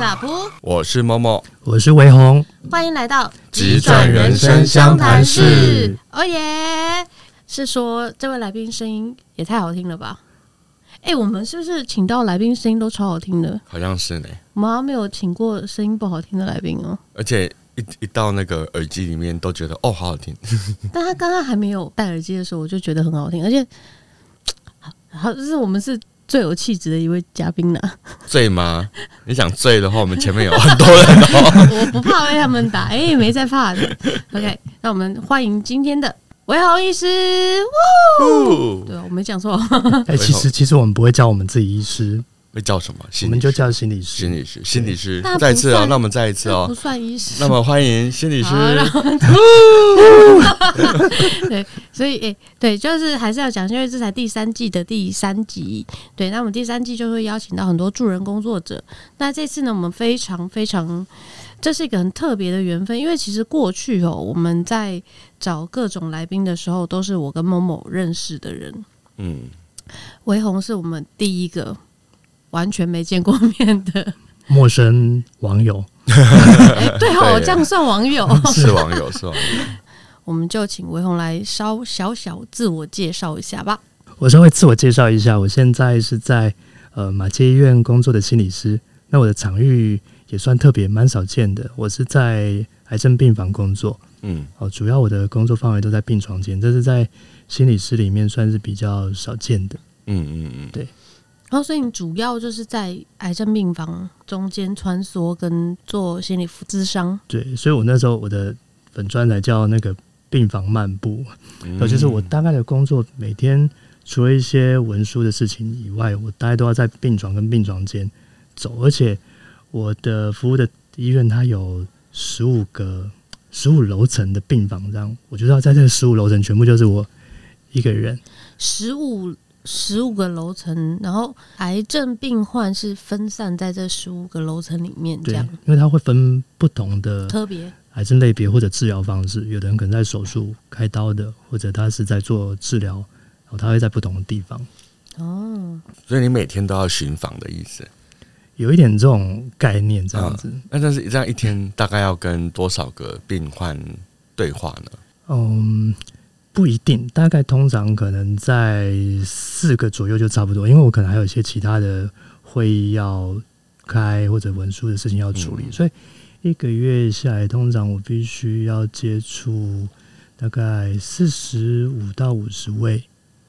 是阿普， 我是某某， 我是维宏， 欢迎来到直转人生相谈室。 哦耶！是说这位来宾声音也太好听了吧？我们是不是请到来宾声音都超好听的？ 好像是呢。 我们好像没有请过声音不好听的来宾哦。 而且一到那个耳机里面都觉得好好听。 但他刚刚还没有戴耳机的时候，我就觉得很好听，而且好，就是我们是最有气质的一位嘉宾呢。 醉吗？你想醉的话，我们前面有很多人哦。 我不怕被他们打，没在怕的。OK， 那我们欢迎今天的维宏医师。对，我没讲错。 其实我们不会叫我们自己医师， 会叫什么？ 我们就叫心理师。 心理师。再一次哦，那我们再一次哦， 不算医师。 那么欢迎心理师。 对，所以对，就是还是要讲，因为这才第三季的第3集。对，那我们第3季就会邀请到很多助人工作者。那这次呢，我们非常，这是一个很特别的缘分，因为其实过去我们在找各种来宾的时候，都是我跟某某认识的人。维宏是我们第一个完全没见过面的陌生网友。 对哦，这样算网友？ 是网友。 我们就请维宏来小自我介绍一下吧。 我稍微自我介绍一下，我现在是在马偕医院工作的心理师。那我的场域也算特别，蛮少见的。我是在癌症病房工作，主要我的工作范围都在病床间，这是在心理师里面算是比较少见的。对。 然后，所以你主要就是在癌症病房中间穿梭，跟做心理咨商。 对，所以我那时候我的粉专来叫那个病房漫步，就是我大概的工作，每天除了一些文书的事情以外，我大概都要在病床跟病床间走，而且我的服务的医院它有15楼层的病房，这样我就要在这15楼层全部就是我一个人。15个楼层，然后癌症病患是分散在这15个楼层里面，这样。 对，因为它会分不同的特别癌症类别或者治疗方式，有的人可能在手术开刀的，或者他是在做治疗，然后他会在不同的地方。 所以你每天都要巡访的意思？ 有一点这种概念，这样子。 那但是这样一天大概要跟多少个病患对话呢？不一定，大概通常可能在4个左右就差不多，因为我可能还有一些其他的会议要开或者文书的事情要处理，所以1个月下来，通常我必须要接触大概45到50位。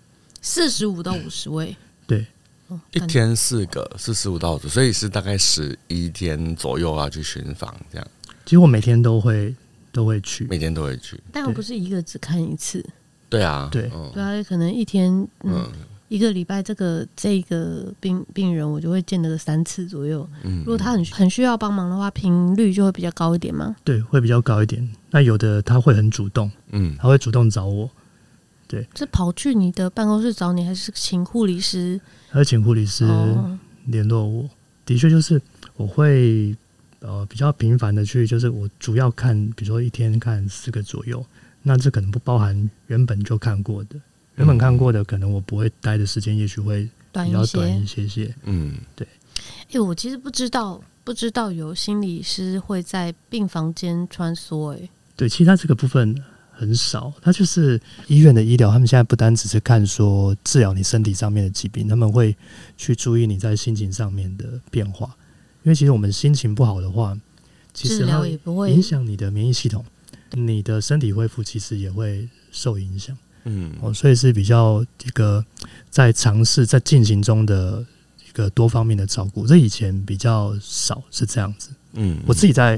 45到50位， 对， 一天4个，45到50，所以是大概11天左右要去巡访这样。 其实我每天都会去， 每天都会去， 但我不是一个只看一次。 对啊， 对， 可能一天，1个礼拜这个病人我就会见了个3次左右。如果他很需要帮忙的话，频率就会比较高一点吗？ 对，会比较高一点。那有的他会很主动，他会主动找我。对， 是跑去你的办公室找你，还是请护理师？ 还是请护理师联络我。的确，就是我会比较频繁的去，就是我主要看，比如说一天看4个左右。那这可能不包含原本就看过的，原本看过的可能我不会待的时间，也许会比较短一些。对。 我其实不知道有心理师会在病房间穿梭。 对，其实他这个部分很少，他就是医院的医疗，他们现在不单只是看说治疗你身体上面的疾病，他们会去注意你在心情上面的变化，因为其实我们心情不好的话，其实会影响你的免疫系统。你的身体恢复其实也会受影响，所以是比较一个在尝试在进行中的一个多方面的照顾，这以前比较少是这样子。我自己在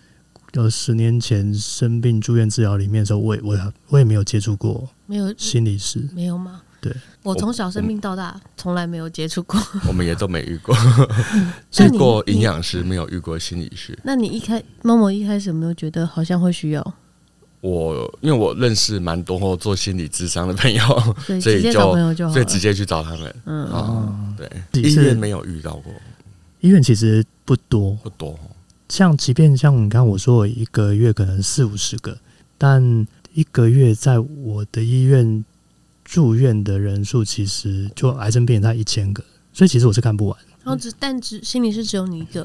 10年前生病住院治疗里面的时候，我也没有接触过心理师， 没有吗？ 对， 我从小生病到大从来没有接触过， 我们也都没遇过，遇过营养师，没有遇过心理师。 那你某某一开始有没有觉得好像会需要？ 因为我认识蛮多做心理咨商的朋友，所以直接去找他们。对，医院没有遇到过。 医院其实不多，即便像你看我说我1个月可能40-50个，但1个月在我的医院住院的人数其实就癌症病人才1000个，所以其实我是看不完。 然后但心理师只有你一个。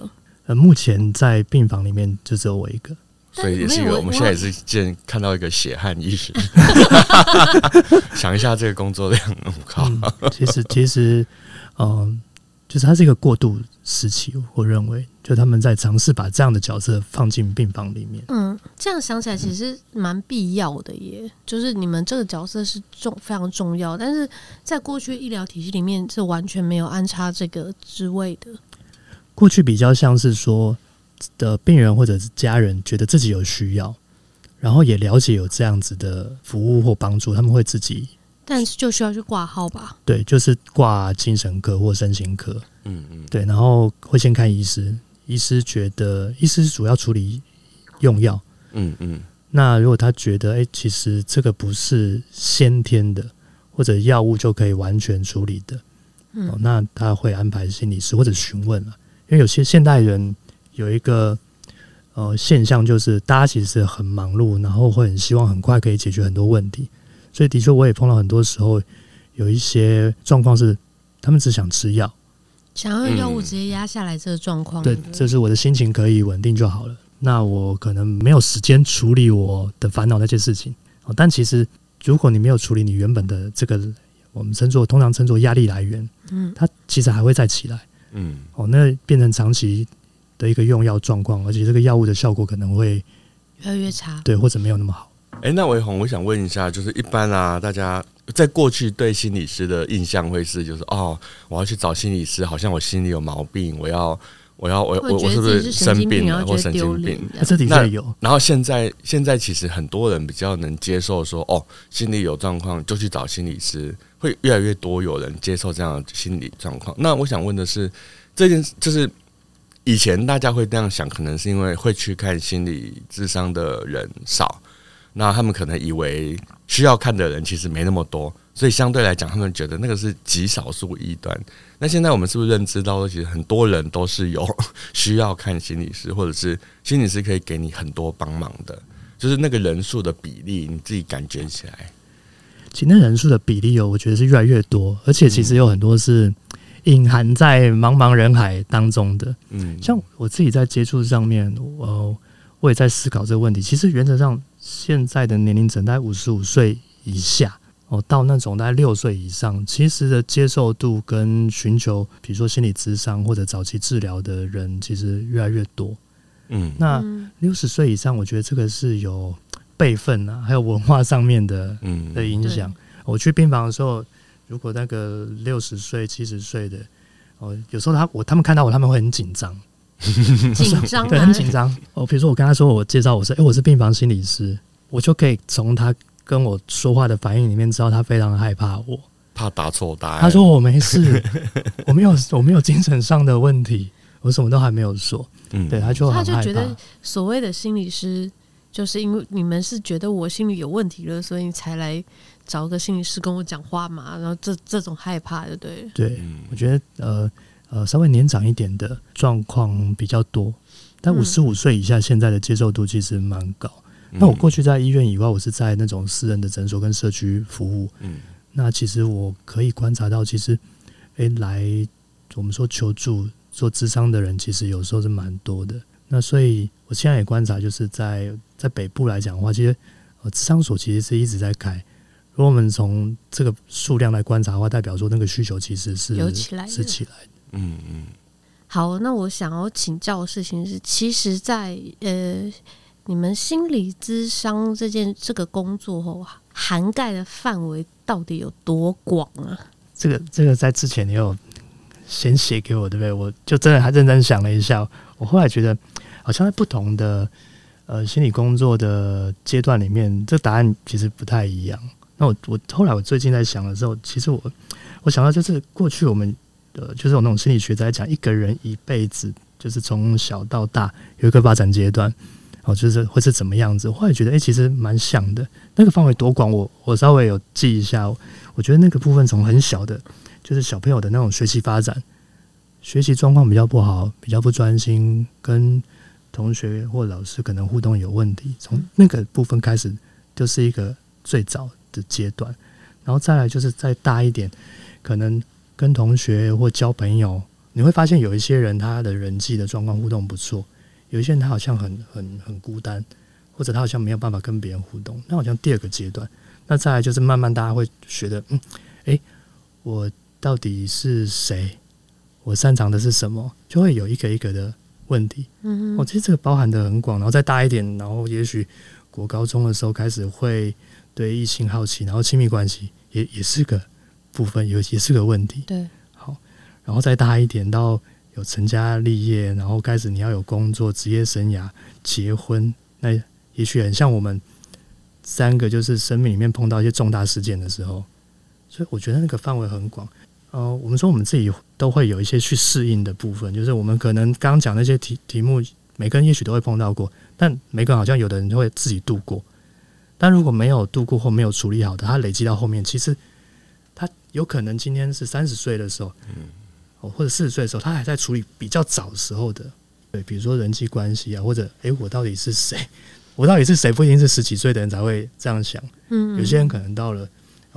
目前在病房里面就只有我一个。 所以也是一个，我们现在也是看到一个血汗医师，想一下这个工作量，我靠！ 其实，就是它是一个过渡时期，我认为，就他们在尝试把这样的角色放进病房里面。 这样想起来其实蛮必要的耶，就是你们这个角色是非常重要，但是在过去医疗体系里面是完全没有安插这个职位的。 过去比较像是说的病人或者是家人觉得自己有需要，然后也了解有这样子的服务或帮助，他们会自己， 但是就需要去挂号吧？ 对，就是挂精神科或身心科，对，然后会先看医师，医师主要处理用药，那如果他觉得其实这个不是先天的，或者药物就可以完全处理的，那他会安排心理师或者询问了，因为有些现代人有一个现象，就是大家其实很忙碌，然后会很希望很快可以解决很多问题，所以的确我也碰到很多时候有一些状况是他们只想吃药， 想要用药物直接压下来这个状况。 对，就是我的心情可以稳定就好了，那我可能没有时间处理我的烦恼那些事情，但其实如果你没有处理你原本的这个我们通常称作压力来源，它其实还会再起来，那变成长期的一个用药状况，而且这个药物的效果可能会越来越差， 对，或者没有那么好。 那维宏，我想问一下，就是一般大家在过去对心理师的印象会是，就是我要去找心理师，好像我心里有毛病，我是不是生病了或神经病？ 这的确有。 然后现在其实很多人比较能接受说，心理有状况就去找心理师，会越来越多有人接受这样的心理状况。那我想问的是，这件就是以前大家会这样想，可能是因为会去看心理諮商的人少，那他们可能以为需要看的人其实没那么多，所以相对来讲，他们觉得那个是极少数异端。那现在我们是不是认知到，其实很多人都是有需要看心理师，或者是心理师可以给你很多帮忙的，就是那个人数的比例，你自己感觉起来？ 其实那人数的比例我觉得是越来越多，而且其实有很多是隐含在茫茫人海当中的。像我自己在接触上面，我也在思考这个问题。其实原则上，现在的年龄层大概55岁以下，到那种大概6岁以上，其实的接受度跟寻求，比如说心理諮商或者早期治疗的人，其实越来越多。那60岁以上，我觉得这个是有辈分还有文化上面的影响。我去病房的时候，如果那个60岁、70岁的，有时候他们看到我，他们会很紧张。对，很紧张。比如说我跟他说，我介绍我是病房心理师，我就可以从他跟我说话的反应里面知道他非常害怕我， 怕答错答案。 他说我没事，我没有精神上的问题，我什么都还没有说。对，他就很害怕。 他就觉得所谓的心理师，就是因为你们是觉得我心里有问题了，所以才来找个心理师跟我讲话嘛，然后这种害怕，对不对？ 对，我觉得稍微年长一点的状况比较多，但55岁以下现在的接受度其实蛮高。那我过去在医院以外，我是在那种私人的诊所跟社区服务。那其实我可以观察到，其实来我们说求助做諮商的人，其实有时候是蛮多的。那所以我现在也观察，就是在北部来讲的话，其实諮商所其实是一直在开。如果我们从这个数量来观察的话，代表说那个需求其实是起来的。 好，那我想要请教的事情是，其实在你们心理諮商这个工作涵盖的范围到底有多广啊？这个在之前你有先写给我，对不对？我就真的还认真想了一下，我后来觉得好像在不同的心理工作的阶段里面，这答案其实不太一样。那我后来我最近在想的时候，其实我想到就是过去我们就是有那种心理学在讲一个人一辈子，就是从小到大有一个发展阶段，就是会是怎么样子。我后来觉得其实蛮像的，那个范围多广，我稍微有记一下。我觉得那个部分从很小的，就是小朋友的那种学习发展，学习状况比较不好，比较不专心，跟同学或老师可能互动有问题，从那个部分开始就是一个最早的阶段。然后再来就是再大一点，可能跟同学或交朋友你会发现有一些人他的人际的状况互动不错，有一些人他好像很孤单，或者他好像没有办法跟别人互动，那好像第二个阶段。那再来就是慢慢大家会觉得我到底是谁，我擅长的是什么，就会有一个一个的问题。其实这个包含的很广，然后再大一点，然后也许国高中的时候开始会对异性好奇，然后亲密关系也是个部分，也是个问题。 对， 好，然后再大一点到有成家立业，然后开始你要有工作、职业生涯、结婚，那也许很像我们3个就是生命里面碰到一些重大事件的时候，所以我觉得那个范围很广。我们说我们自己都会有一些去适应的部分，就是我们可能刚刚讲那些题目，每个人也许都会碰到过，但每个人好像有的人会自己度过，但如果没有度过或没有处理好的，他累积到后面，其实他有可能今天是30岁的时候，或者40岁的时候，他还在处理比较早时候的，对，比如说人际关系啊，或者我到底是谁？我到底是谁？不一定是10几岁的人才会这样想。有些人可能到了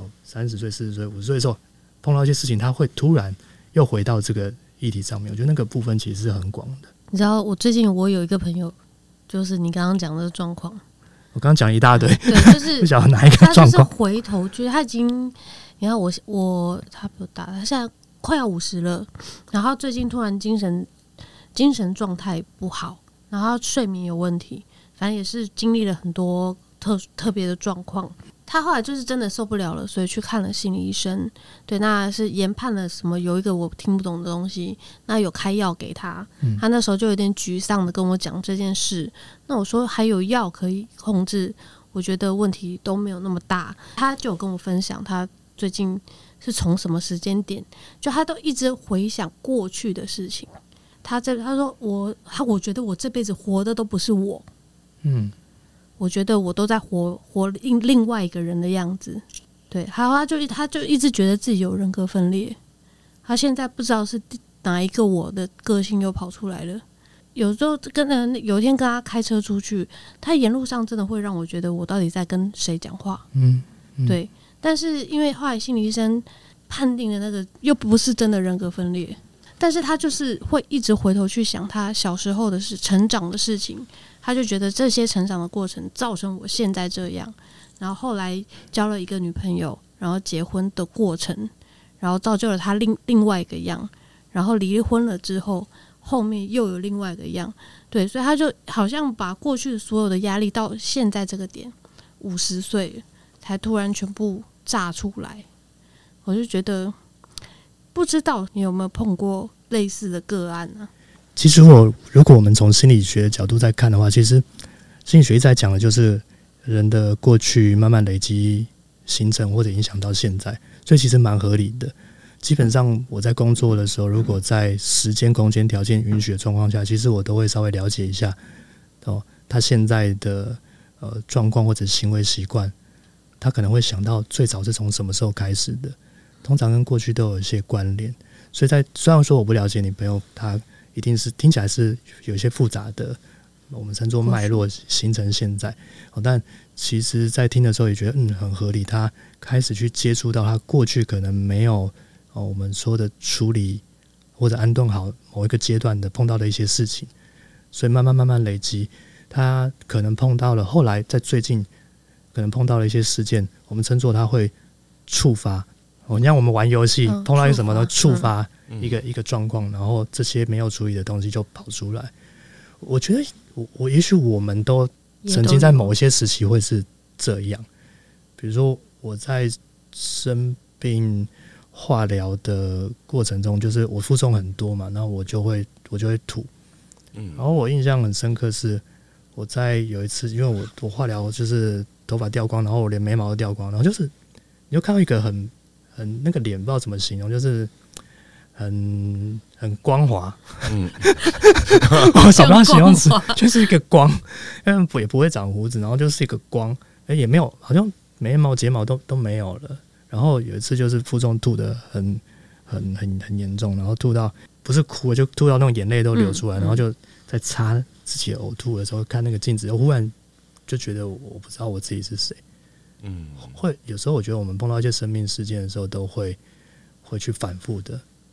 30岁、40岁、50岁的时候，碰到一些事情，他会突然又回到这个议题上面。我觉得那个部分其实是很广的。 你知道，我最近我有一个朋友，就是你刚刚讲的状况。 我刚刚讲一大堆， 对，就是不晓得哪一个状况。 他就是回头，觉得他已经，你看我他比我大，他现在快要50了，然后最近突然精神状态不好，然后睡眠有问题，反正也是经历了很多特别的状况。他后来就是真的受不了了，所以去看了心理医生。对，那是研判了什么？有一个我听不懂的东西，那有开药给他。他那时候就有点沮丧的跟我讲这件事。那我说还有药可以控制，我觉得问题都没有那么大。他就有跟我分享，他最近是从什么时间点，就他都一直回想过去的事情。他说我觉得我这辈子活的都不是我。我觉得我都在活另外一个人的样子，对，他就一直觉得自己有人格分裂，他现在不知道是哪一个我的个性又跑出来了。有时候有一天跟他开车出去，他沿路上真的会让我觉得我到底在跟谁讲话，对。但是因为后来心理医生判定的那个又不是真的人格分裂，但是他就是会一直回头去想他小时候的事、成长的事情。他就觉得这些成长的过程造成我现在这样，然后后来交了一个女朋友，然后结婚的过程，然后造就了他另外一个样，然后离婚了之后，后面又有另外一个样，对，所以他就好像把过去的所有的压力到现在这个点，50岁才突然全部炸出来。我就觉得，不知道你有没有碰过类似的个案呢？ 其实如果我们从心理学的角度在看的话，其实心理学一直在讲的就是人的过去慢慢累积形成或者影响到现在，所以其实蛮合理的。基本上我在工作的时候，如果在时间空间条件允许的状况下，其实我都会稍微了解一下他现在的状况或者行为习惯，他可能会想到最早是从什么时候开始的，通常跟过去都有一些关联。所以虽然说我不了解你朋友他一定是听起来是有一些复杂的，我们称作脉络形成现在，但其实在听的时候也觉得很合理。他开始去接触到他过去可能没有我们说的处理或者安顿好某一个阶段的碰到的一些事情，所以慢慢累积，他可能碰到了后来在最近可能碰到了一些事件，我们称作他会触发。你像我们玩游戏碰到一个什么呢？触发一个状况，然后这些没有处理的东西就跑出来。我觉得我也许我们都曾经在某一些时期会是这样，比如说我在生病化疗的过程中，就是我负重很多嘛，然后我就会吐，然后我印象很深刻是我在有一次，因为我化疗就是头发掉光，然后我连眉毛都掉光，然后就是你就看到一个很那个脸不知道怎么形容，就是很光滑，我找不到形容词，就是一个光，因为也不会长胡子，然后就是一个光，也没有，好像眉毛睫毛都没有了。然后有一次就是负重吐的很严重，然后吐到不是哭，就吐到那种眼泪都流出来，然后就在擦自己的呕吐的时候看那个镜子，我忽然就觉得我不知道我自己是谁。会有时候我觉得我们碰到一些生命事件的时候，都会去反复的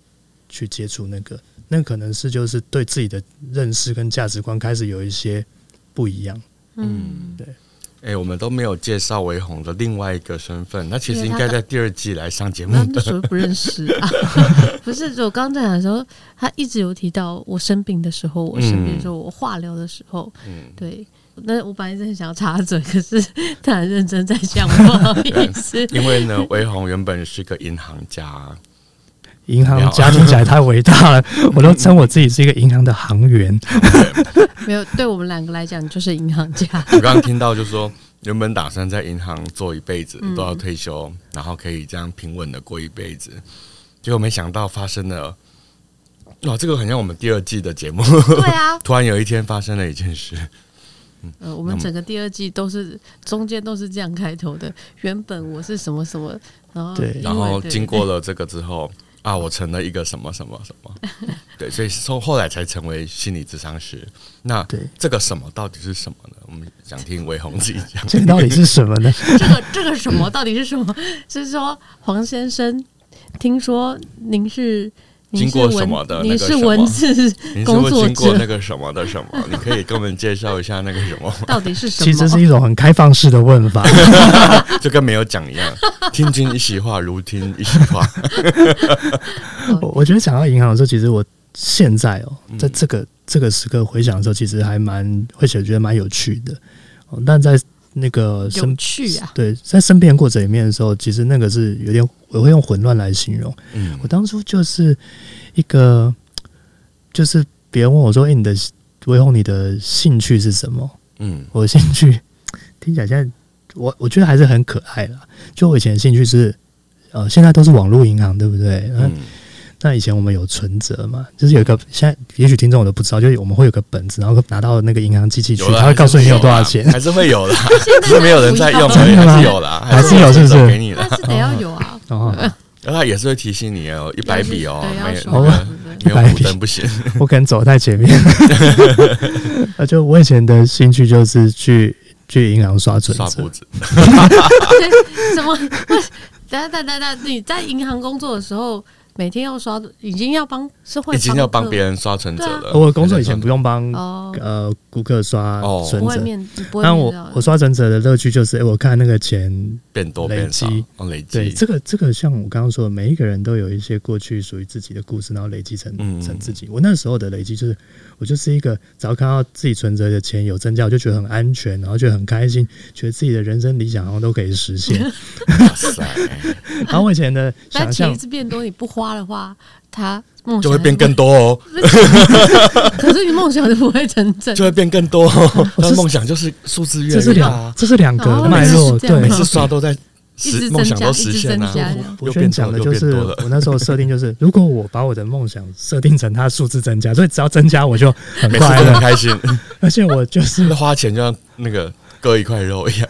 去接触那可能是就是对自己的认识跟价值观开始有一些不一样。 对。我们都没有介绍维宏的另外一个身份，他其实应该在第2季来上节目的。 那时候不认识啊，不是，我刚在讲的时候，他一直有提到我生病的时候，我化疗的时候，对。那我本来是很想要插嘴，可是他很认真在讲，不好意思。 因为呢，维宏原本是个银行家。 银行家听起来太伟大了，我都称我自己是一个银行的行员。 没有，对我们2个来讲，就是银行家。 我刚刚听到就说，原本打算在银行做一辈子，都要退休，然后可以这样平稳的过一辈子，结果没想到发生了，这个很像我们第2季的节目。 对啊， 突然有一天发生了一件事。 我们整个第2季都是中间都是这样开头的。原本我是什么什么， 然后经过了这个之后。我成了一个什么什么什么，对，所以后来才成为心理咨商师。那这个什么到底是什么呢？我们想听维宏自己讲。 这个到底是什么呢？ 这个什么到底是什么？是说黄先生，听说您是经过什么的？ 你是文字工作者， 经过那个什么的什么？你可以跟我们介绍一下那个什么到底是什么？ 其实是一种很开放式的问法， 就跟没有讲一样。听君一席话，如听一席话。 我觉得讲到银行的时候，其实我现在在这个时刻回想的时候，其实还会觉得蛮有趣的。但在那个有趣啊， 对，在生病的过程里面的时候，其实那个是有点，我会用混乱来形容。我当初就是一个，就是别人问我说：“维宏，你的兴趣是什么？”我的兴趣听起来现在我觉得还是很可爱啦。就我以前的兴趣是，现在都是网络银行，对不对？那以前我们有存折嘛，就是有一个，现在也许听众我都不知道，就是我们会有个本子，然后拿到那个银行机器去，他会告诉你有多少钱， 还是会有的，只是没有人在用，还是有的， 还是有，是不是？ 给你的， 但是得要有啊。 然后他也是会提醒你100笔没有 5灯不行。 我可能走太前面。就我以前的兴趣就是去银行刷存折， 刷簿子。 什么？等，你在银行工作的时候，每天要刷，已经要帮别人刷存折了。 我工作以前不用帮顾客刷存折，但我刷存折的乐趣就是，我看那个钱变多变少，累积。 对，这个像我刚刚说的，每一个人都有一些过去属于自己的故事，然后累积成自己。我那时候的累积就是，我就是一个只要看到自己存折的钱有增加，我就觉得很安全，然后觉得很开心，觉得自己的人生理想好像都可以实现。 哇塞！ 然后我以前的想象， 钱一直变多，你不花的话，它梦想就会变更多哦。 可是你梦想就不会成真， 就会变更多。他梦想就是数字越大， 这是两个脉络。对， 每次刷都在梦想都实现了。 我先讲的就是，我那时候设定就是，如果我把我的梦想设定成它数字增加，所以只要增加我就很快乐、 很开心。 而且我就是花钱就像那个割一块肉一样。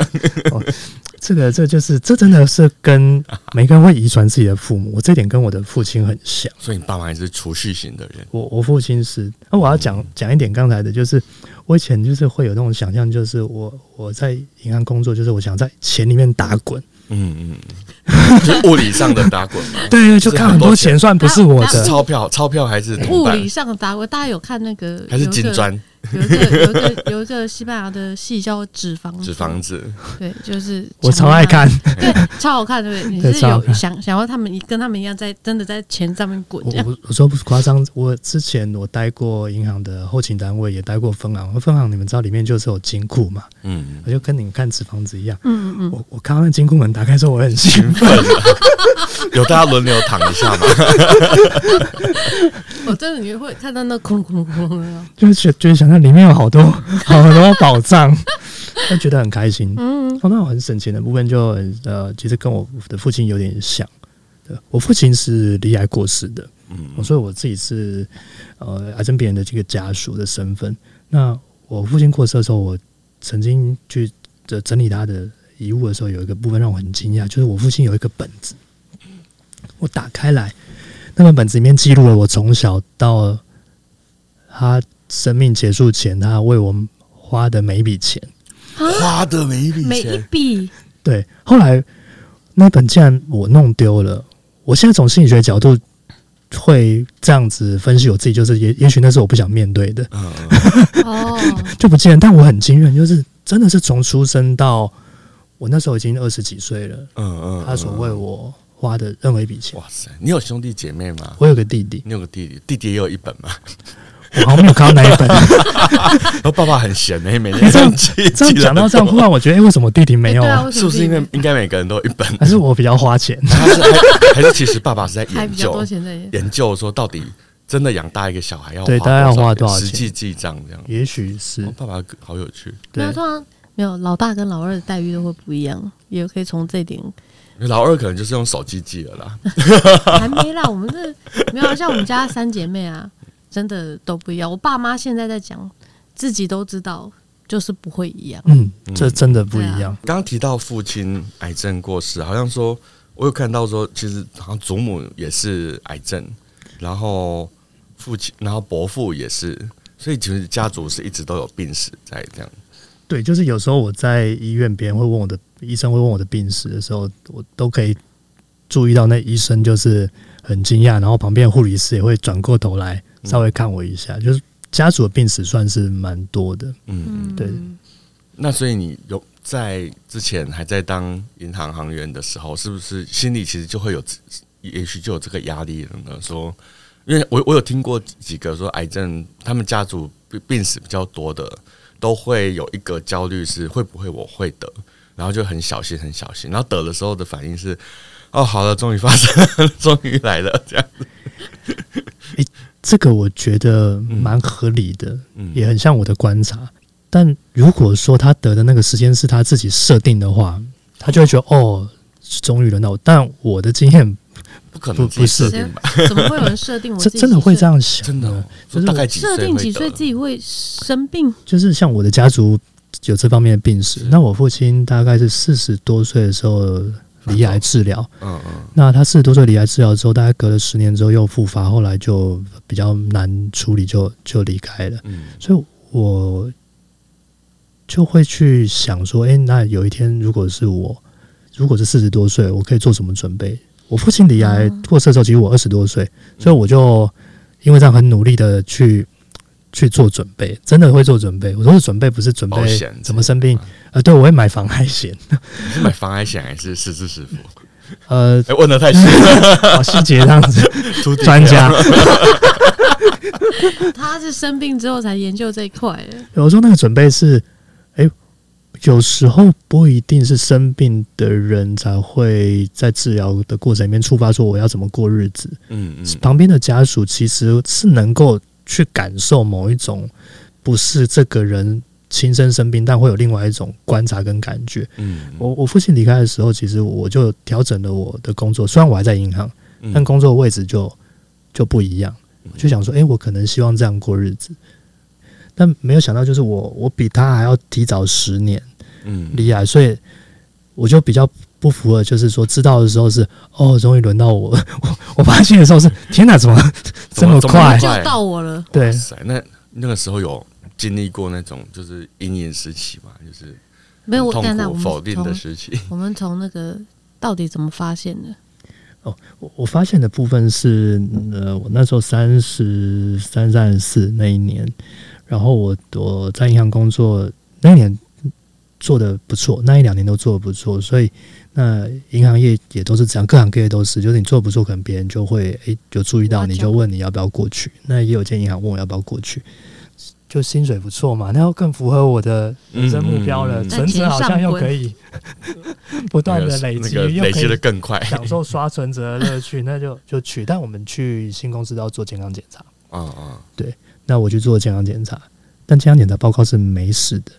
这真的是跟每个人会遗传自己的父母，我这点跟我的父亲很像。 所以你爸妈也是储蓄型的人。 我父亲是。那我要讲一点刚才的，就是我以前就是会有那种想象，就是我在银行工作，就是我想在钱里面打滚。 就是物理上的打滚嘛。 对，就看很多钱，算不是我的钞票还是物理上的打滚。大家有看那个还是金砖？ 有一个西班牙的戏叫《纸房子》，对，就是我超爱看， 对，超好看，对不对？你是有想要他们跟他们一样，真的在钱上面滚。 我说不夸张，我之前我待过银行的后勤单位，也待过分行。分行你们知道里面就是有金库嘛？我就跟你们看纸房子一样。我看到那金库门打开之后，我很兴奋。 有大家轮流躺一下吗？ 我真的你会看到那空空的， 就是觉得想到里面有好多宝藏，就觉得很开心。那我很省钱的部分就其实跟我的父亲有点像。我父亲是罹癌过世的，所以我自己是癌症病人的这个家属的身份。那我父亲过世的时候，我曾经去整理他的遗物的时候，有一个部分让我很惊讶，就是我父亲有一个本子，我打开来，那本本子里面记录了我从小到他生命结束前，他为我花的每一笔钱， 每一笔。 对，后来那本既然我弄丢了，我现在从心理学角度会这样子分析我自己，就是也许那是我不想面对的，就不见。但我很惊人，就是真的是从出生到我那时候已经20几岁了，他所为我花的任何一笔钱。 哇塞，你有兄弟姐妹吗？ 我有个弟弟。 你有个弟弟，弟弟也有一本吗？ 我好像没有看到那一本。 然后爸爸很闲每天这样讲到这样，忽然我觉得，为什么我弟弟没有？ 是不是因为应该每个人都有一本？ 还是我比较花钱？ 还是其实爸爸是在研究说，到底真的养大一个小孩大概要花多少钱？ 实际记账这样。 也许是爸爸好有趣。 没有，通常没有老大跟老二的待遇都会不一样，也可以从这点。 老二可能就是用手机记了啦。 还没啦，我们这没有像我们家3姐妹啊。真的都不一样，我爸妈现在在讲，自己都知道，就是不会一样。 这真的不一样。 刚刚提到父亲癌症过世，好像说我有看到说，其实好像祖母也是癌症，然后父亲，然后伯父也是，所以其实家族是一直都有病史在这样。 对，就是有时候我在医院，别人会问我的医生会问我的病史的时候，我都可以注意到那医生就是很惊讶，然后旁边的护理师也会转过头来。稍微看我一下，就是家族的病史算是蛮多的。对。 那所以你有在之前还在当银行行员的时候，是不是心里其实就会有，也许就有这个压力了呢？说，因为我有听过几个说癌症，他们家族病史比较多的，都会有一个焦虑是会不会我会得，然后就很小心很小心，然后得的时候的反应是，哦，好了，终于发生了，终于来了，这样子。 这个我觉得蛮合理的，也很像我的观察。但如果说他得的那个时间是他自己设定的话，他就会觉得哦，终于轮到我。但我的经验不可能不是， 怎么会有人设定我自己？ 真的会这样想？ 真的， 就是大概几岁设定几岁自己会生病？ 就是像我的家族有这方面的病史，那我父亲大概是40多岁的时候离癌治疗，那他40多岁离癌治疗之后，大概隔了10年之后又复发，后来就比较难处理，就离开了。所以我就会去想说，那有一天如果是40多岁，我可以做什么准备？我父亲离癌过世的时候，其实我20多岁，所以我就因为这样很努力的去做准备，真的会做准备。我说是准备，不是准备怎么生病。对，我会买防癌险。 你是买防癌险还是实支实付？ 问得太细了，好细节这样子。专家， 他是生病之后才研究这一块的。 有时候那个准备是，有时候不一定是生病的人才会在治疗的过程里面触发说我要怎么过日子。旁边的家属其实是能够去感受某一种不是这个人亲身生病，但会有另外一种观察跟感觉。我父亲离开的时候，其实我就调整了我的工作，虽然我还在银行，但工作位置就不一样。我就想说，我可能希望这样过日子，但没有想到就是我比他还要提早10年离癌，所以我就比较不符合，就是说知道的时候是终于轮到我，我发现的时候是天哪，怎么这么快就到我了？ 对， 那个时候有经历过那种就是阴影时期嘛，就是没有痛苦否定的时期。 我们从那个到底怎么发现的？ 我发现的部分是我那时候33、34那一年，然后我在银行工作那一年做的不错，那1-2年都做的不错，所以那银行业也都是这样，各行各业都是，就是你做的不错，可能别人就会有注意到，你就问你要不要过去。那也有间银行问我要不要过去，就薪水不错嘛，那要更符合我的人生目标了，存折好像又可以不断的累积， 累积的更快， 享受刷存折的乐趣，那就去。但我们去新公司都要做健康检查，对，那我去做健康检查，但健康检查报告是没事的。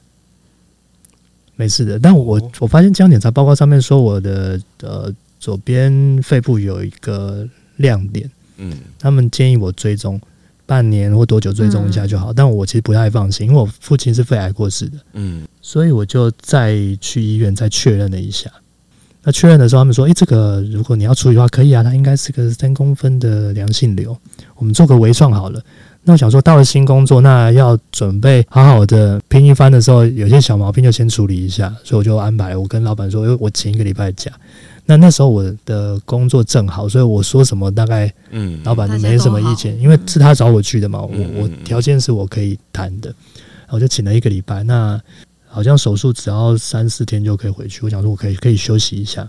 但我发现健康检查报告上面说我的左边肺部有一个亮点，他们建议我追踪半年或多久追踪一下就好，但我其实不太放心，因为我父亲是肺癌过世的，所以我就再去医院再确认了一下。那确认的时候，他们说，这个如果你要处理的话，可以啊，它应该是个3公分的良性瘤，我们做个微创好了。那我想说，到了新工作，那要准备好好的拼一番的时候，有些小毛病就先处理一下，所以我就安排，我跟老板说，我请1个礼拜假。 那时候我的工作正好，所以我说什么大概老板就没什么意见，因为是他找我去的嘛，我条件是我可以谈的，我就请了1个礼拜。那好像手术只要3-4天就可以回去，我想说我可以休息一下。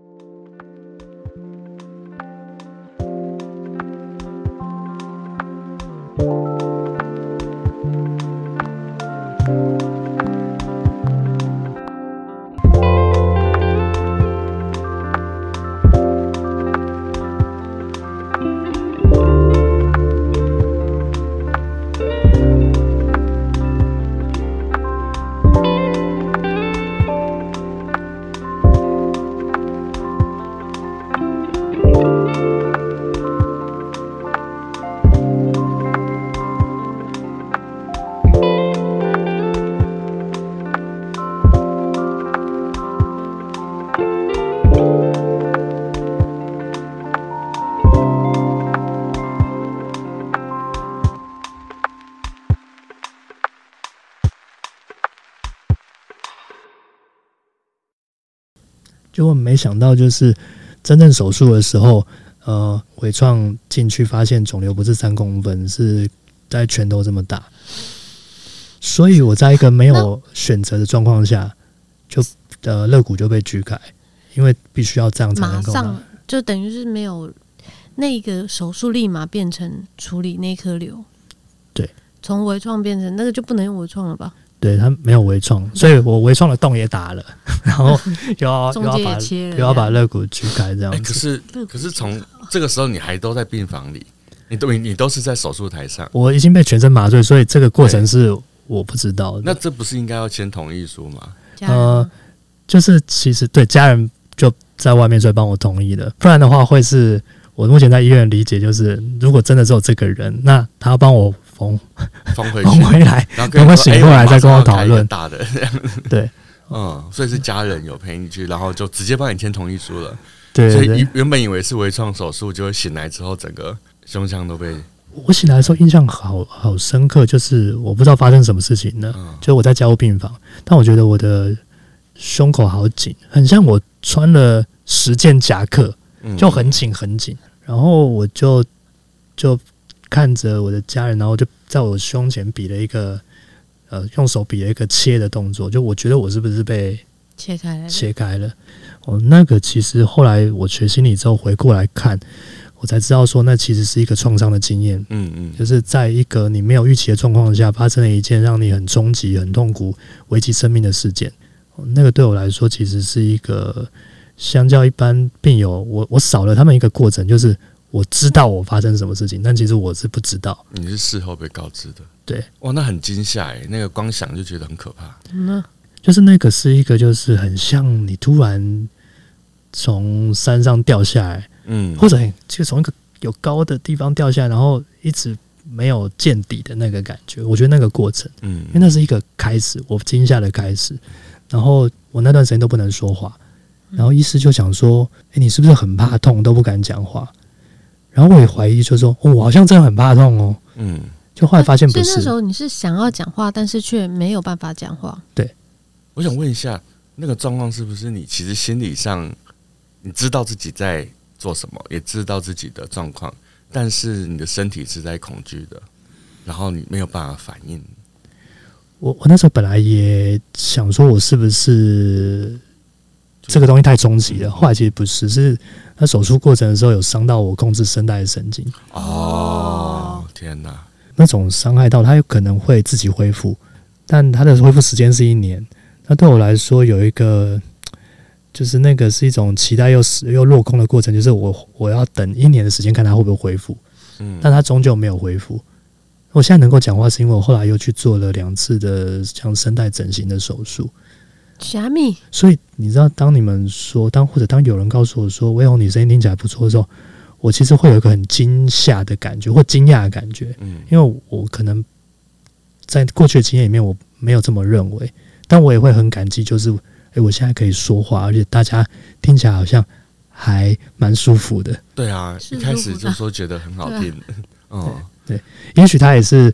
结果没想到，就是真正手术的时候，微创进去发现肿瘤不是3公分，是在拳头这么大。所以我在一个没有选择的状况下，就肋骨就被锯开，因为必须要这样才能够。马上就等于是没有那个手术，立马变成处理那颗瘤。 对， 从微创变成那个就不能用微创了吧？ 对，他没有微创，所以我微创的洞也打了，然后又要把肋骨锯开这样子。 可是从这个时候你还都在病房里，你都是在手术台上。 我已经被全身麻醉，所以这个过程是我不知道的。 那这不是应该要签同意书吗？ 就是其实对家人就在外面，所以帮我同意了。不然的话，会是我目前在医院理解就是，如果真的只有这个人，那他要帮我缝回来，然后等我醒过来再跟我讨论大的。 对， 所以是家人有陪你去，然后就直接帮你签同意书了。 对， 所以原本以为是微创手术，就会醒来之后整个胸腔都被。 我醒来的时候印象好深刻，就是我不知道发生什么事情呢，就我在加护病房，但我觉得我的胸口好紧，很像我穿了10件夹克，就很紧很紧。然后我就看着我的家人，然后就在我胸前比了一个用手比了一个切的动作，就我觉得我是不是被切开了。那个其实后来我学心理之后回过来看，我才知道说那其实是一个创伤的经验。就是在一个你没有预期的状况下发生了一件让你很冲击、很痛苦、危及生命的事件。那个对我来说其实是一个相较一般病友，我少了他们一个过程，就是我知道我发生什么事情，但其实我是不知道。 你是事后被告知的。 对， 哇，那很惊吓耶，那个光想就觉得很可怕。 就是那个是一个，就是很像你突然从山上掉下来，或者就从一个有高的地方掉下来，然后一直没有见底的那个感觉。我觉得那个过程，因为那是一个开始，我惊吓的开始。然后我那段时间都不能说话，然后医师就想说：“你是不是很怕痛，都不敢讲话？”然后我也怀疑，就说：“我好像真的很怕痛哦。”就后来发现不是。 那时候你是想要讲话，但是却没有办法讲话。 对， 我想问一下，那个状况是不是你其实心理上你知道自己在做什么，也知道自己的状况，但是你的身体是在恐惧的，然后你没有办法反应。 我那时候本来也想说，我是不是这个东西太终极了？后来其实不是，是他手术过程的时候有伤到我控制声带的神经。 天哪！ 那种伤害到它有可能会自己恢复，但它的恢复时间是1年。那对我来说有一个，就是那个是一种期待又落空的过程，就是我要等1年的时间看它会不会恢复。但它终究没有恢复。我现在能够讲话，是因为我后来又去做了2次的像声带整形的手术。 虾米？所以你知道，当你们说，或者当有人告诉我说“魏红，你声音听起来不错”的时候，我其实会有一个很惊吓的感觉，或惊讶的感觉。因为我可能在过去的经验里面，我没有这么认为，但我也会很感激，就是我现在可以说话，而且大家听起来好像还蛮舒服的。 对啊，一开始就说觉得很好听。 对，也许它也是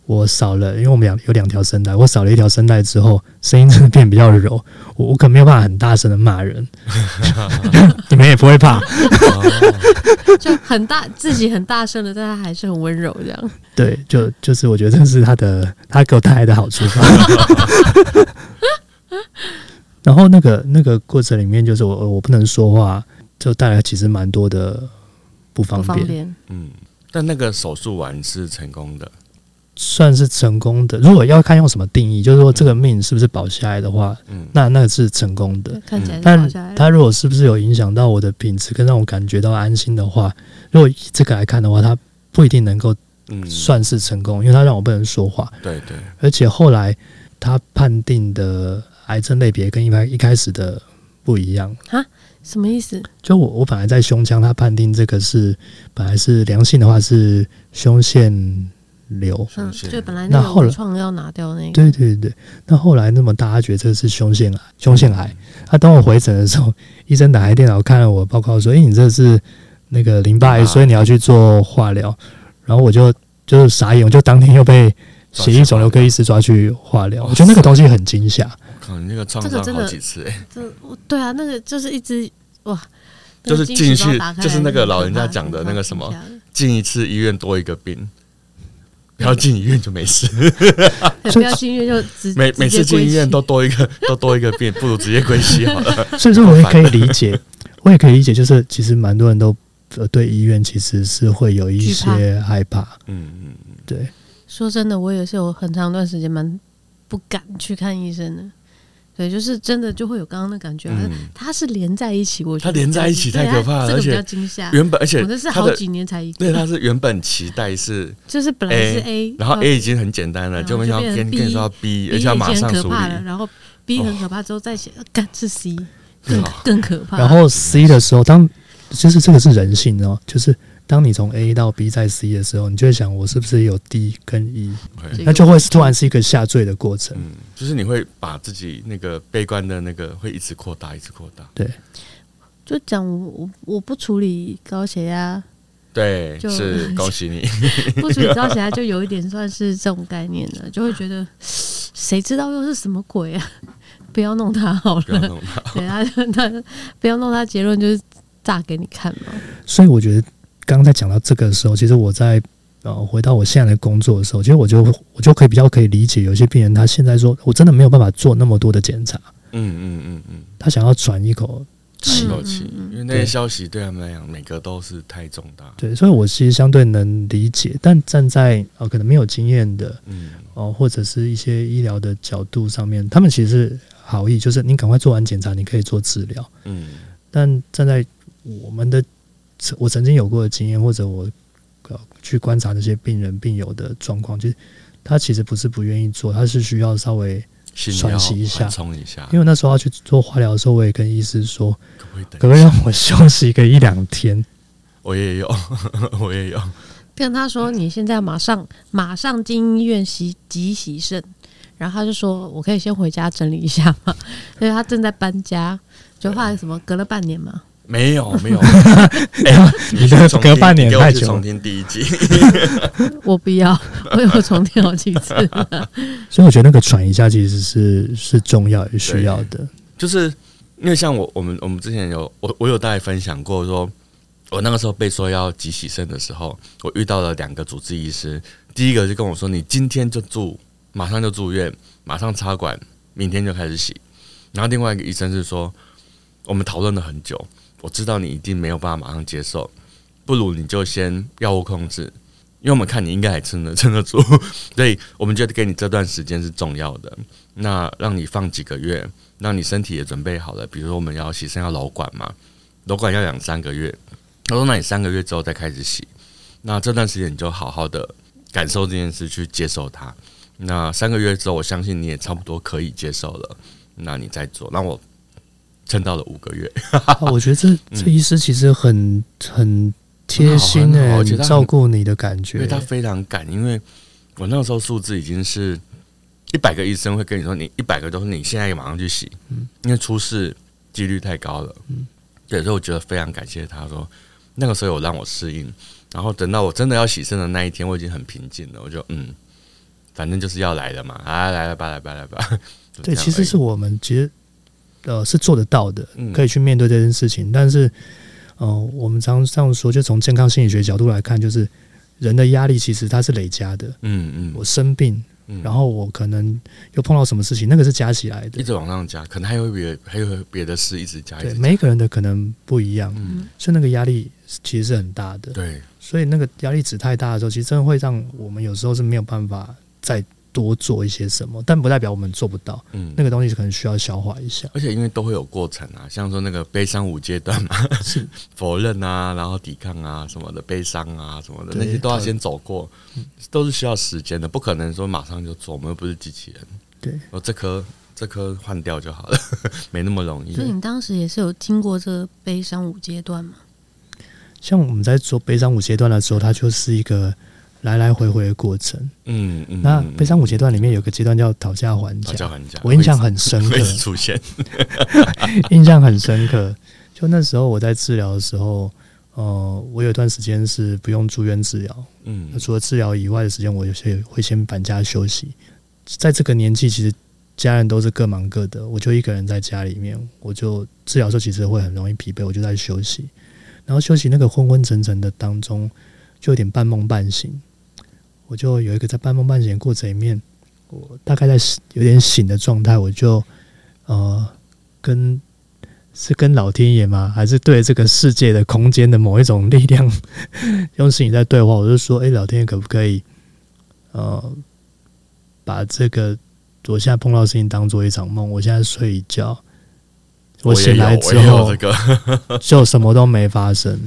我少了，因为我们有2条声带，我少了1条声带之后，声音真的变比较柔，我可没有办法很大声的骂人，你们也不会怕， 就很大自己很大声的，但他还是很温柔这样。 对，就是我觉得这是他给我带来的好处。然后那个过程里面，就是我不能说话，就带来其实蛮多的不方便。 但那个手术完是成功的。 算是成功的。如果要看用什么定义，就是说这个命是不是保下来的话，那个是成功的。 看起来是保下来的。 但它如果是不是有影响到我的品质，跟让我感觉到安心的话，如果以这个来看的话，它不一定能够算是成功，因为它让我不能说话。 对对。 而且后来他判定的癌症类别跟一开始的不一样。 哈？什么意思？ 就我本来在胸腔，他判定这个是本来是良性的话是胸腺瘤， 就本来那个微创要拿掉那个， 对对对。那后来那么大家觉得这是胸腺癌。当我回诊的时候，医生打开电脑看了我报告说：“你这是那个淋巴癌，所以你要去做化疗。”然后我就是傻眼，我就当天又被血液肿瘤科医师抓去化疗。我觉得那个东西很惊吓。 你那个创伤好几次对啊，那个就是一直哇， 就是进去，就是那个老人家讲的那个什么，进一次医院多一个病。不要进医院就没事， 不要进医院就每次进医院都多一个病，不如直接归西好了。 所以说我也可以理解，就是其实蛮多人都对医院其实是会有一些害怕。对。 说真的，我也是有很长一段时间蛮不敢去看医生的。对，就是真的就会有刚刚的感觉，它是连在一起，我觉得它连在一起太可怕了，而且比较惊吓。 而且我那是好几年才一个， 对，它是原本期待是， 就是本来是 A， 然后 A 已经很简单了，就没想到跟你说 B， 而且要马上处理， 然后 B 很可怕之后再写，干是 C， 更可怕。 然后 C 的时候，就是这个是人性哦，就是当你从 A 到 B 再 C 的时候，你就会想我是不是有 D 跟 E， 那就会突然是一个下坠的过程。 就是你会把自己那个悲观的那个会一直扩大，一直扩大。 对， 就讲我不处理高血压， 对，是恭喜你。 不处理高血压就有一点算是这种概念了，就会觉得谁知道又是什么鬼啊？不要弄他好了，对他不要弄他，结论就是炸给你看嘛。 所以我觉得刚刚在讲到这个的时候，其实我在回到我现在的工作的时候，其实我就可以比较可以理解有些病人他现在说我真的没有办法做那么多的检查，他想要喘一口气， 因为那些消息对他们来讲每个都是太重大。 对，所以我其实相对能理解，但站在可能没有经验的或者是一些医疗的角度上面，他们其实是好意，就是你赶快做完检查，你可以做治疗。但站在我曾经有过的经验，或者我去观察那些病友的状况，就是他其实不是不愿意做，他是需要稍微喘息一下，因为那时候要去做化疗的时候，我也跟医师说，可不可以让我休息个1-2天？ 我也有。 跟他说你现在马上进医院急洗肾，然后他就说我可以先回家整理一下嘛，因为他正在搬家，就后来什么隔了半年嘛。 没有， 你隔半年太久。 重听第1集， 我不要，我有重听好几次了。 所以我觉得那个喘一下其实是重要也需要的。 就是因为像我们之前我有大概分享过说，我那个时候被说要急洗肾的时候，我遇到了2个主治医师。第一个就跟我说，你今天就马上就住院，马上插管，明天就开始洗。然后另外一个医生是说，我们讨论了很久。我知道你一定没有办法马上接受，不如你就先药物控制，因为我们看你应该还撑得住，所以我们觉得给你这段时间是重要的。那让你放几个月，让你身体也准备好了。比如说我们要洗肾要瘻管嘛，瘻管要2-3个月。他说那你3个月之后再开始洗，那这段时间你就好好的感受这件事，去接受它。那3个月之后，我相信你也差不多可以接受了，那你再做。让我撑到了5个月。 我觉得这医师其实很贴心照顾你的感觉， 因为他非常赶。因为我那时候数字已经是100个医生会跟你说，你100个都是你现在马上去洗，因为出事几率太高了。对，所以我觉得非常感谢他说，那个时候有让我适应，然后等到我真的要洗肾的那一天，我已经很平静了，我就反正就是要来的嘛，来吧。 对，其实是我们其实是做得到的，可以去面对这件事情。但是我们常常说，就从健康心理学角度来看，就是人的压力其实它是累加的。我生病。然后我可能又碰到什么事情，那个是加起来的， 一直往上加，可能还有别的事一直加。 对，每一个人的可能不一样，所以那个压力其实是很大的。 对， 所以那个压力值太大的时候，其实真的会让我们有时候是没有办法再多做一些什么，但不代表我们做不到。那个东西可能需要消化一下。 而且因为都会有过程啊，像说那个悲伤5阶段嘛，是否认啊，然后抵抗啊什么的，悲伤啊什么的，那些都要先走过，都是需要时间的，不可能说马上就做，我们又不是机器人。 对， 这颗换掉就好了，没那么容易。 所以你当时也是有经过这个悲伤5阶段吗？ 像我们在做悲伤5阶段的时候，它就是一个来来回回的过程。那悲伤5阶段里面有个阶段叫讨价还价，我印象很深刻， 出现印象很深刻。就那时候我在治疗的时候，我有一段时间是不用住院治疗。那除了治疗以外的时间，我有些会先搬家休息。在这个年纪，其实家人都是各忙各的，我就一个人在家里面，我就治疗的时候其实会很容易疲惫，我就在休息。然后休息那个昏昏沉沉的当中，就有点半梦半醒。我就有一个在半梦半醒的过程里面，我大概在有点醒的状态，我就跟老天爷吗？还是对这个世界的空间的某一种力量用心理在对话？我就说，老天爷可不可以把这个我现在碰到的事情当做一场梦？我现在睡一觉，我醒来之后就什么都没发生。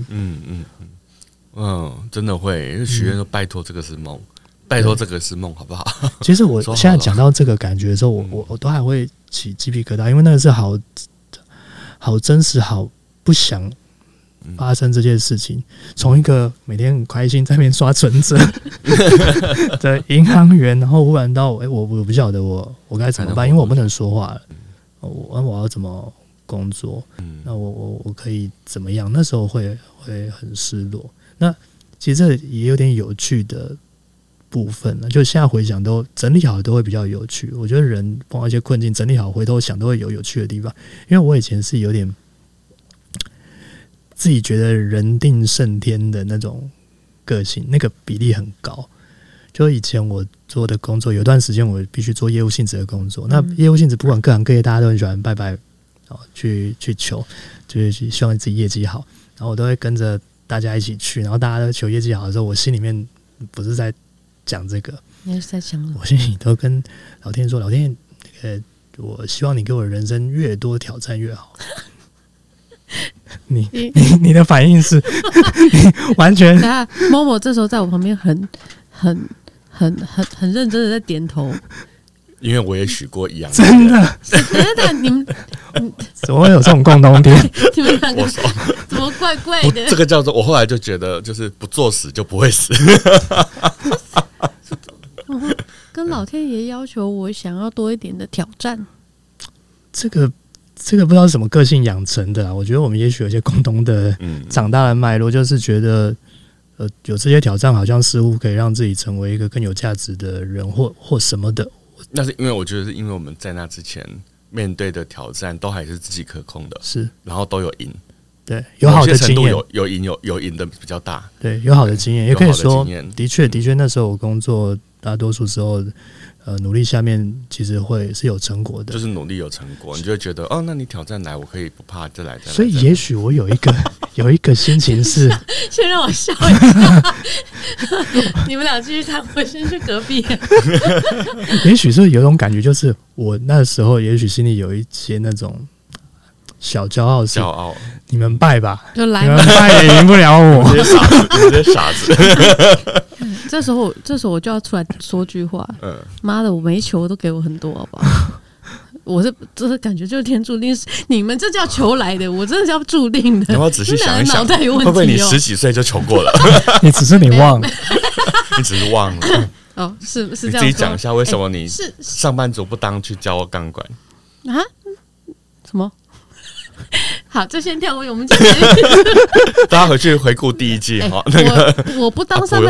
真的会许愿说拜托这个是梦，拜托这个是梦，好不好？ 其实我现在讲到这个感觉的时候，我都还会起鸡皮疙瘩，因为那个是好真实，好不想发生这件事情。从一个每天很开心在那边刷存折的银行员，然后忽然到我不晓得我该怎么办，因为我不能说话了。我要怎么工作？那我可以怎么样？那时候会很失落。那其实这也有点有趣的部分了，就现在回想都整理好都会比较有趣。我觉得人碰到一些困境，整理好回头想都会有趣的地方。因为我以前是有点自己觉得人定胜天的那种个性，那个比例很高。就以前我做的工作，有段时间我必须做业务性质的工作。那业务性质不管各行各业，大家都很喜欢拜拜去求，就是希望自己业绩好，然后我都会跟着大家一起去，然后大家都求业绩好的时候，我心里面不是在讲这个， 你是在讲我心里都跟老天说，老天，我希望你给我人生越多挑战越好。你的反应是，你完全。 某某这时候在我旁边很认真的在点头， 因为我也许过一样的， 真的。 你们怎么会有这种共同点？ 你们两个怎么怪怪的？ 这个叫做我后来就觉得，就是不作死就不会死。 跟老天爷要求我想要多一点的挑战， 这个不知道是什么个性养成的啊。我觉得我们也许有些共同的长大的脉络，就是觉得有这些挑战，好像似乎可以让自己成为一个更有价值的人或什么的。 那是因为我觉得是因为我们在那之前面对的挑战都还是自己可控的， 是， 然后都有赢， 对，有好的经验， 有赢的比较大， 对，有好的经验，也可以说，的确，那时候我工作大多数时候，努力下面其实会是有成果的， 就是努力有成果，你就会觉得那你挑战来，我可以不怕，再来。 所以也许我有一个心情是， 先让我笑一下，你们俩继续谈，我先去隔壁。 也许是有一种感觉，就是我那时候也许心里有一些那种小骄傲，你们拜吧， 就来， 你们拜也赢不了我， 这些傻子。 这时候我就要出来说句话，妈的，我没求都给我很多，好不好？这是感觉就是天注定，你们这叫求来的，我真的叫注定的。 然后仔细想一想，会不会你10几岁就求过了？ 你只是你忘了， 你只是忘了。 是这样。 你自己讲一下，为什么你上班族不当去教钢管啊？什么？好，这先跳过。我们大家回去回顾第1季哈。 我不当上班族去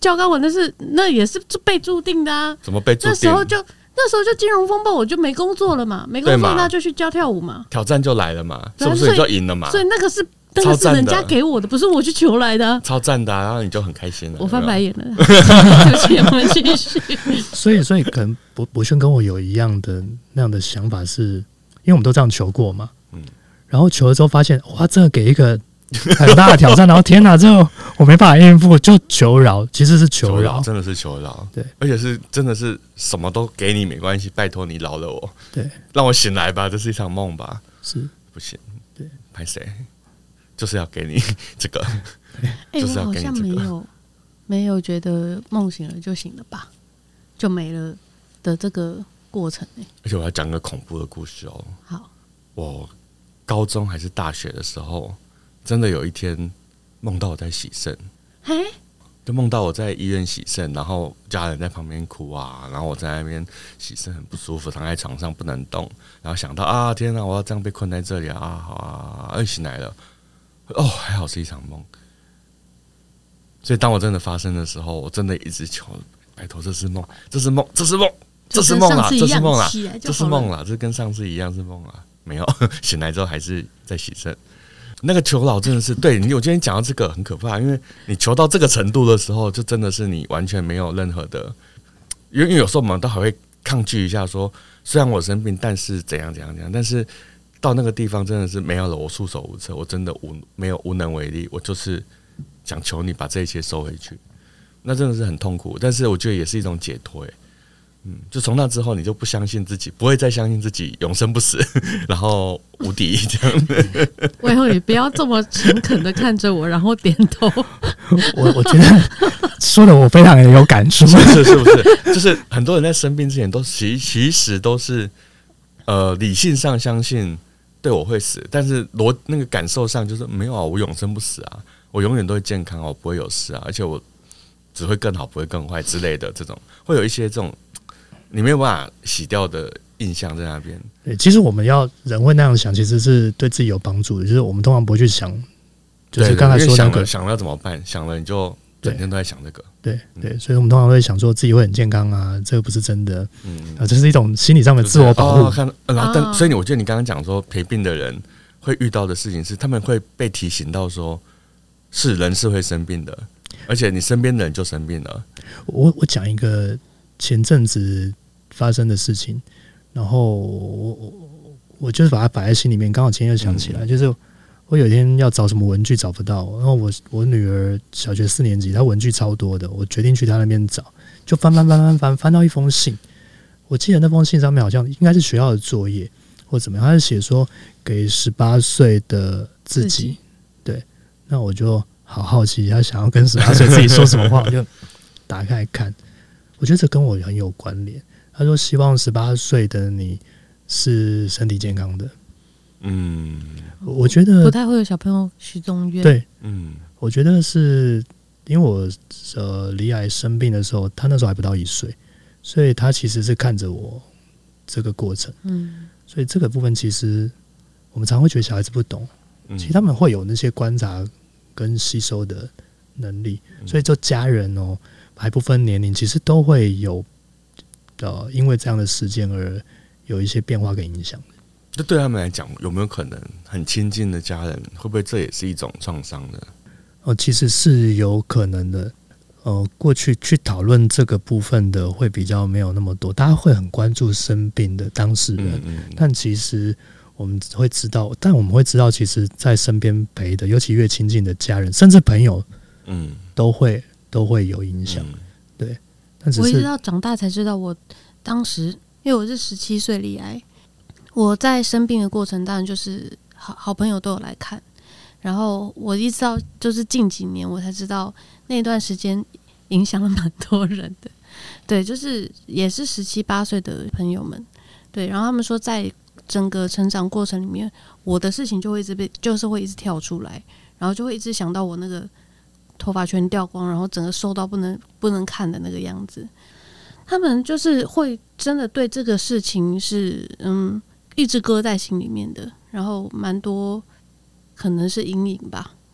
教钢管那也是被注定的啊。 怎么被注定？ 那时候就金融风暴，我就没工作了嘛，没工作那就去教跳舞嘛， 挑战就来了嘛，是不是你就赢了嘛？ 所以那个是人家给我的，不是我去求来的、啊， 超赞的、啊，然后你就很开心了。 我翻白眼了，对不起，我们继续。 所以可能博轩跟我有一样的那样的想法是，因为我们都这样求过嘛，然后求了之后发现，哇，这个给一个很大的挑战，然后天哪，这个我没办法应付，就求饶，其实是求饶， 真的是求饶， 对， 而且是真的是什么都给你没关系，拜托你饶了我， 对， 让我醒来吧，这是一场梦吧， 是不行， 对， 拍谁？就是要给你这个，就是要给你这个。 我好像没有觉得梦醒了就醒了吧，就没了的这个过程、欸、 而且我要讲个恐怖的故事哦。 好， 我高中还是大学的时候，真的有一天梦到我在洗肾，就梦到我在医院洗肾，然后家人在旁边哭啊，然后我在那边洗肾很不舒服，躺在床上不能动，然后想到啊，天哪，我要这样被困在这里啊，好啊，醒来了。哦，还好是一场梦，所以当我真的发生的时候，我真的一直求，拜托，这是梦，这是梦，这是梦，这是梦啦，这是梦啦，这是梦啦，这跟上次一样是梦啦，没有醒来之后还是在洗肾。那个求饶真的是对你，我今天讲到这个很可怕，因为你求到这个程度的时候，就真的是你完全没有任何的，因为有时候我们都还会抗拒一下说，虽然我生病，但是怎样怎样怎样，但是。到那个地方真的是没有了，我束手无策，我真的无能为力，我就是想求你把这一切收回去，那真的是很痛苦，但是我觉得也是一种解脱，就从那之后你就不相信自己，不会再相信自己永生不死，然后无敌这样。 我以后也不要这么诚恳的看着我，然后点头。 我觉得说的我非常有感触， 是不是？就是很多人在生病之前都其实都是理性上相信。对我会死，但是那个感受上就是没有啊，我永生不死啊，我永远都会健康啊，我不会有事啊，而且我只会更好，不会更坏之类的，这种会有一些这种你没有办法洗掉的印象在那边。 对，其实我们人会那样想，其实是对自己有帮助的，就是我们通常不会去想，就是刚才说那个想了怎么办，想了你就整天都在想这个。 对，所以我们通常会想说自己会很健康啊，这个不是真的，这是一种心理上的自我保护。 所以我觉得你刚刚讲说陪病的人会遇到的事情是，他们会被提醒到说，是人是会生病的，而且你身边的人就生病了。 我讲一个前阵子发生的事情，然后我就是把它摆在心里面，刚好今天又想起来，就是我有一天要找什么文具找不到，然后我女儿小学4年级，她文具超多的，我决定去她那边找，就翻到一封信。我记得那封信上面好像应该是学校的作业或怎么样，他是写说给18岁的自己。对，那我就好好奇，他想要跟18岁自己说什么话，我就打开来看。我觉得这跟我很有关联。他说希望18岁的你是身体健康的。我觉得不太会有小朋友许这种愿。 对，我觉得是因为我罹癌生病的时候，他那时候还不到1岁，所以他其实是看着我这个过程。所以这个部分其实我们常会觉得小孩子不懂，其实他们会有那些观察跟吸收的能力，所以就家人还不分年龄，其实都会有因为这样的事件而有一些变化跟影响。 这对他们来讲，有没有可能很亲近的家人，会不会这也是一种创伤呢？ 其实是有可能的。过去去讨论这个部分的会比较没有那么多，大家会很关注生病的当事人，但其实我们会知道，其实在身边陪的，尤其越亲近的家人，甚至朋友，都会有影响。对，但只是我一直到长大才知道，我当时因为我是17岁罹癌。我在生病的过程，当然就是好朋友都有来看，然后我一直到就是近几年，我才知道那段时间影响了蛮多人的。对，就是也是17、18岁的朋友们，对，然后他们说，在整个成长过程里面，我的事情就会一直会一直跳出来，然后就会一直想到我那个头发全掉光，然后整个瘦到不能看的那个样子。他们就是会真的对这个事情是一直搁在心里面的，然后蛮多可能是阴影吧。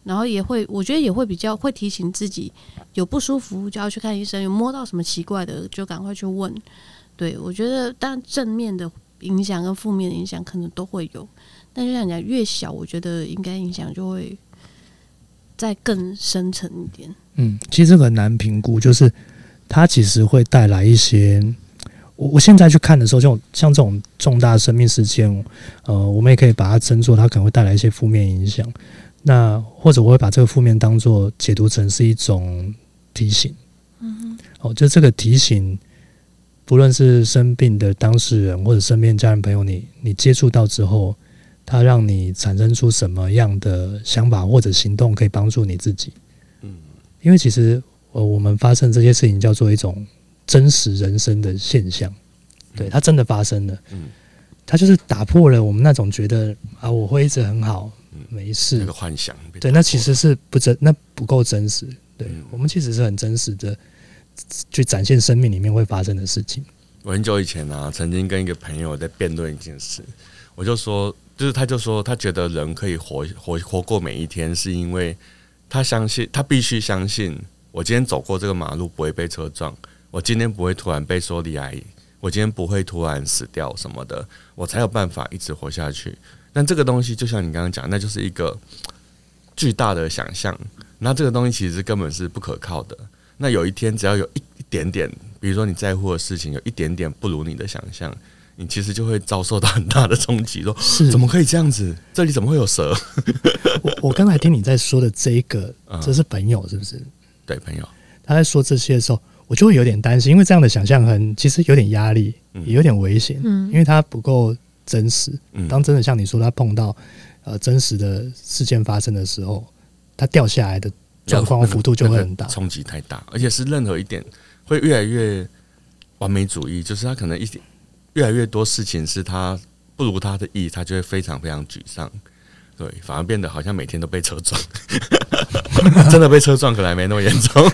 然后也会，我觉得也会比较会提醒自己，有不舒服就要去看医生，有摸到什么奇怪的就赶快去问。对，我觉得当然正面的影响跟负面的影响可能都会有，但就像你讲，越小，我觉得应该影响就会再更深层一点。 其实这个很难评估，就是它其实会带来一些。我现在去看的时候，像这种重大生命事件，我们也可以把它称作它可能会带来一些负面影响。那或者我会把这个负面当作解读成是一种提醒。就这个提醒。不论是生病的当事人或者身边家人朋友，你接触到之后，他让你产生出什么样的想法或者行动，可以帮助你自己。因为其实我们发生这些事情叫做一种真实人生的现象，对，它真的发生了。它就是打破了我们那种觉得我会一直很好，没事那个幻想。 对，那其实是那不够真实。对，我们其实是很真实的。去展现生命里面会发生的事情。 我很久以前曾经跟一个朋友在辩论一件事，我就说，他就说他觉得人可以活过每一天，是因为他相信，他必须相信，我今天走过这个马路不会被车撞，我今天不会突然被说离癌，我今天不会突然死掉什么的，我才有办法一直活下去。但这个东西就像你刚刚讲，那就是一个巨大的想象，那这个东西其实根本是不可靠的。那有一天，只要有一点点，比如说你在乎的事情有一点点不如你的想象，你其实就会遭受到很大的冲击。说怎么可以这样子？这里怎么会有蛇？ 我刚才听你在说的这一个，这是朋友是不是？ 对，朋友他在说这些的时候，我就会有点担心，因为这样的想象其实有点压力，也有点危险，因为它不够真实。当真的像你说，他碰到真实的事件发生的时候，他掉下来的状况幅度就会很大， 冲击太大，而且是任何一点会越来越完美主义，就是他可能越来越多事情是他不如他的意，他就会非常非常沮丧，对，反而变得好像每天都被车撞，真的被车撞可能还没那么严重。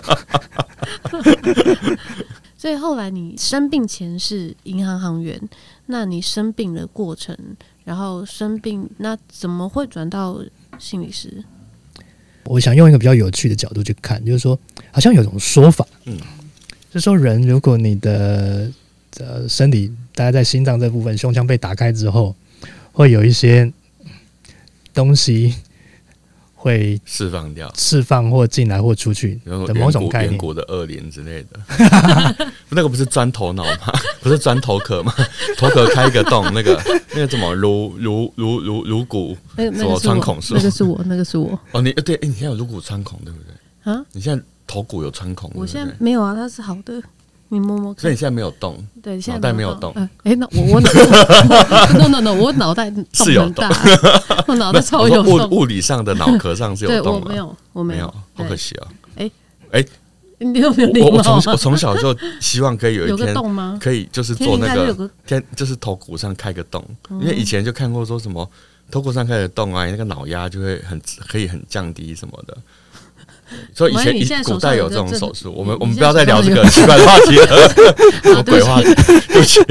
所以后来你生病前是银行行员，那你生病的过程，然后生病，那怎么会转到心理师？ 我想用一个比较有趣的角度去看，就是说，好像有种说法，就是说，人如果你的身体大概在心脏这部分，胸腔被打开之后，会有一些东西会释放或进来或出去的某种概念， 远古的恶灵之类的。那个不是钻头脑吗？不是钻头壳吗？头壳开一个洞，那个怎么颅骨什么穿孔术？ 那个是我。 哦，对，你现在有颅骨穿孔对不对？啊，你现在头骨有穿孔？ 我现在没有啊，它是好的。你摸摸看， 所以你现在没有动， 对，现在脑袋没有动。 那我no， 我脑袋是有动， 我脑袋超有动。 物理上的脑壳上是有动吗？ 对，我没有， 好可惜啊！ 你有没有礼貌？ 我从小就希望可以有一天动吗？ 可以就是做那个就是头骨上开个洞，因为以前就看过说什么头骨上开个洞啊，那个脑压就会可以很降低什么的。所以以前古代有这种手术，我们不要再聊这个奇怪的话题了，什么鬼话题？对不起，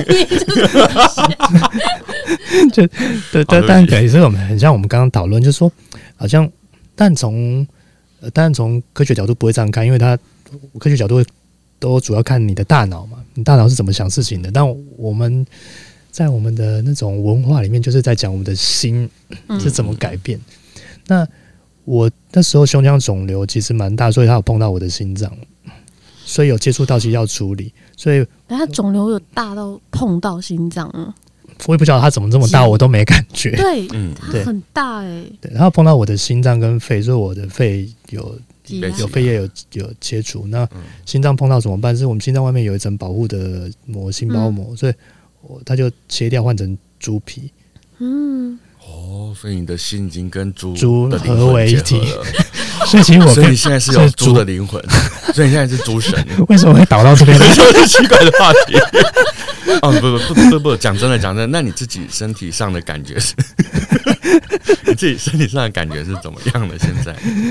但可是我们很像我们刚刚讨论，就是说好像，但从科学角度不会这样看，因为它科学角度都主要看你的大脑嘛，你大脑是怎么想事情的。但我们在我们的那种文化里面，就是在讲我们的心是怎么改变。那我那时候胸腔肿瘤其实蛮大，所以他有碰到我的心脏，所以有接触到，其实要处理。所以， 他肿瘤有大到碰到心脏啊？ 我也不知道他怎么这么大，我都没感觉。 对，它很大对，他碰到我的心脏跟肺，所以我的肺有肺叶有切除。那心脏碰到怎么办？是我们心脏外面有一层保护的膜，心包膜，所以他就切掉换成猪皮。 所以你的心已经跟猪合为一体， 所以你现在是有猪的灵魂，所以你现在是猪神。 为什么会导到这边？ 就是奇怪的话题。不，讲真的，那你自己身体上的感觉是？你自己身体上的感觉是怎么样的？现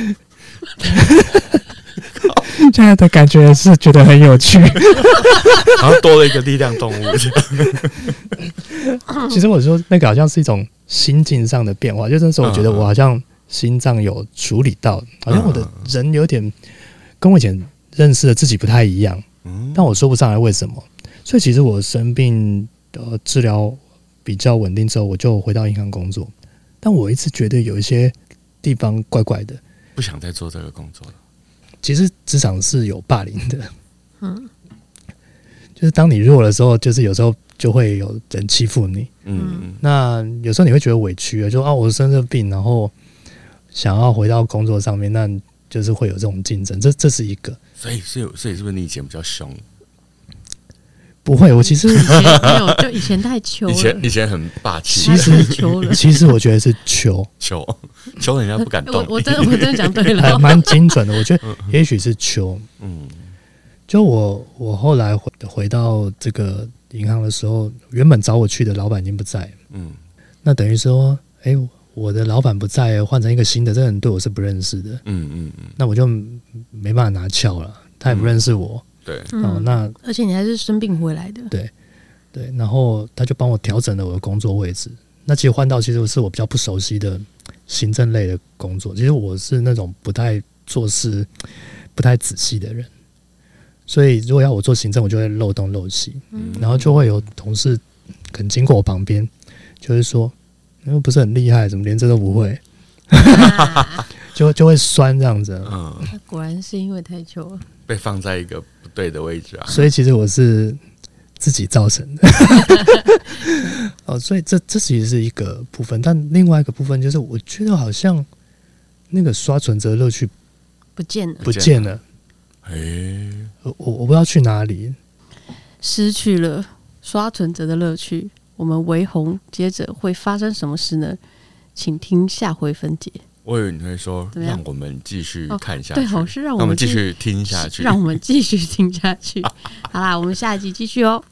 在的感觉是觉得很有趣， 好像多了一个力量动物。其实我说那个好像是一种心境上的变化，就那时候我觉得我好像心脏有处理到，好像我的人有点跟我以前认识的自己不太一样，但我说不上来为什么。所以其实我生病治疗比较稳定之后，我就回到银行工作，但我一直觉得有一些地方怪怪的， 不想再做这个工作了。 其实职场是有霸凌的，就是当你弱的时候，就是有时候就会有人欺负你，那有时候你会觉得委屈，就我生这病，然后想要回到工作上面，那就是会有这种竞争，这是一个。所以是不是你以前比较凶？ 不会，我其实没有，就以前太秋了， 以前很霸气。 其实我觉得是秋人家不敢动。 我真的讲对了， 还蛮精准的。我觉得也许是秋。就我后来回到这个银行的时候，原本找我去的老板已经不在了。那等于说，我的老板不在，换成一个新的，这个人对我是不认识的。那我就没办法拿翘了，他也不认识我。 对， 那而且你还是生病回来的。 对，然后他就帮我调整了我的工作位置。那其实换到其实是我比较不熟悉的行政类的工作。其实我是那种不太做事、不太仔细的人，所以如果要我做行政，我就会漏洞漏细。然后就会有同事可能经过我旁边，就会说：“又不是很厉害，怎么连这都不会？”就会酸这样子。 果然是因为太久了， 被放在一个不对的位置啊。 所以其实我是自己造成的。所以这其实是一个部分，但另外一个部分就是我觉得好像那个刷存折乐趣不见了。我不知道去哪里， 失去了刷存折的乐趣。我们维宏接着会发生什么事呢？请听下回分解。 我以为你会说让我们继续看下去， 对，是让我们继续听下去， 让我们继续听下去。好啦，我们下一集继续哦。